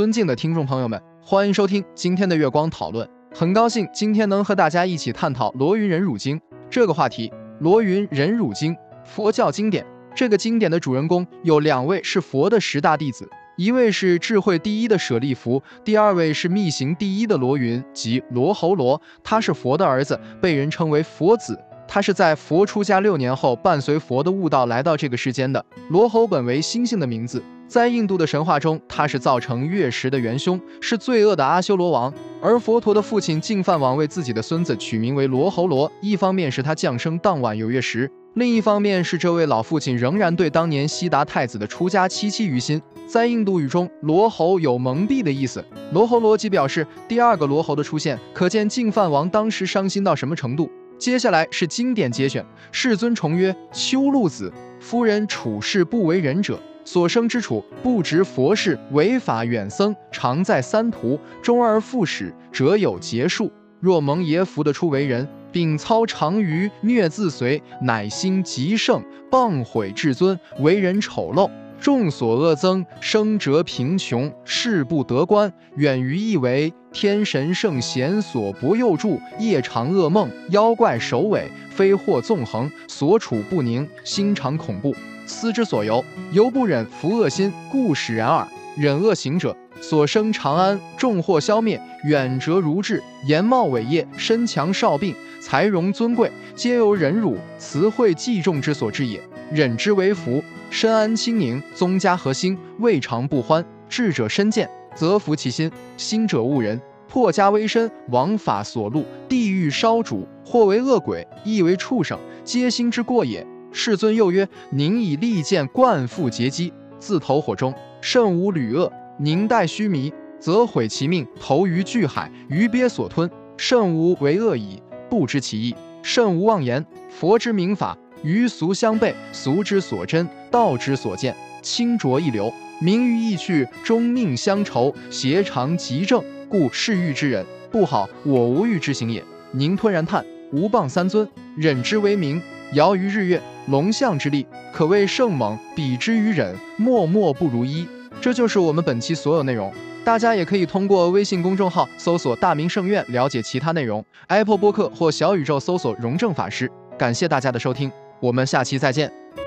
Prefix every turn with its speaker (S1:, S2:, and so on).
S1: 尊敬的听众朋友们，欢迎收听今天的月光讨论。很高兴今天能和大家一起探讨罗云忍辱经这个话题。罗云忍辱经，佛教经典。这个经典的主人公有2位是佛的10大弟子，一位是智慧第一的舍利弗，第2位是密行第一的罗云，即罗睺罗。他是佛的儿子，被人称为佛子。他是在佛出家6年后，伴随佛的悟道来到这个世间的。罗睺本为猩猩的名字，在印度的神话中，他是造成月食的元凶，是罪恶的阿修罗王。而佛陀的父亲净饭王为自己的孙子取名为罗睺罗，一方面是他降生当晚有月食，另一方面是这位老父亲仍然对当年悉达太子的出家戚戚于心。在印度语中，罗睺有蒙蔽的意思。罗睺罗即表示第2个罗睺的出现，可见净饭王当时伤心到什么程度。接下来是经典节选。世尊重曰：丘露子，夫人处世不为人者，所生之处不执佛事，违法远僧，常在三途，终而复始，者有劫数。若蒙爷福得出为人，秉操常于虐自随，乃心极盛，谤毁至尊，为人丑陋，众所恶憎，生折贫穷，事不得官，远于义为，天神圣贤所不佑助，夜长噩梦，妖怪首尾，非祸纵横，所处不宁，心常恐怖。思之所由，犹不忍服恶心，故使然耳。忍恶行者，所生长安，众祸消灭，远折如至，颜貌伟业，身强少病，才容尊贵，皆由忍辱慈惠济众之所致也。忍之为福，身安清宁，宗家和兴，未尝不欢。智者身见，则服其心；心者误人，破家危身，枉法所戮，地狱烧煮，或为恶鬼，亦为畜生，皆心之过也。世尊又曰：宁以利剑贯腹截击，自投火中，甚无履恶；宁待须弥，则毁其命，投于巨海，鱼鳖所吞，甚无为恶矣。不知其意，甚无妄言。佛之明法，与俗相悖，俗之所真，道之所见，清浊一流，名于意趣，终宁相仇，邪常极正，故是欲之人，不好我无欲之行也。宁吞然叹，无谤三尊，忍之为名，遥于日月，龙象之力，可谓圣猛，比之于忍，默默不如一。这就是我们本期所有内容。大家也可以通过微信公众号搜索大明圣院了解其他内容， Apple 播客或小宇宙搜索荣正法师。感谢大家的收听，我们下期再见。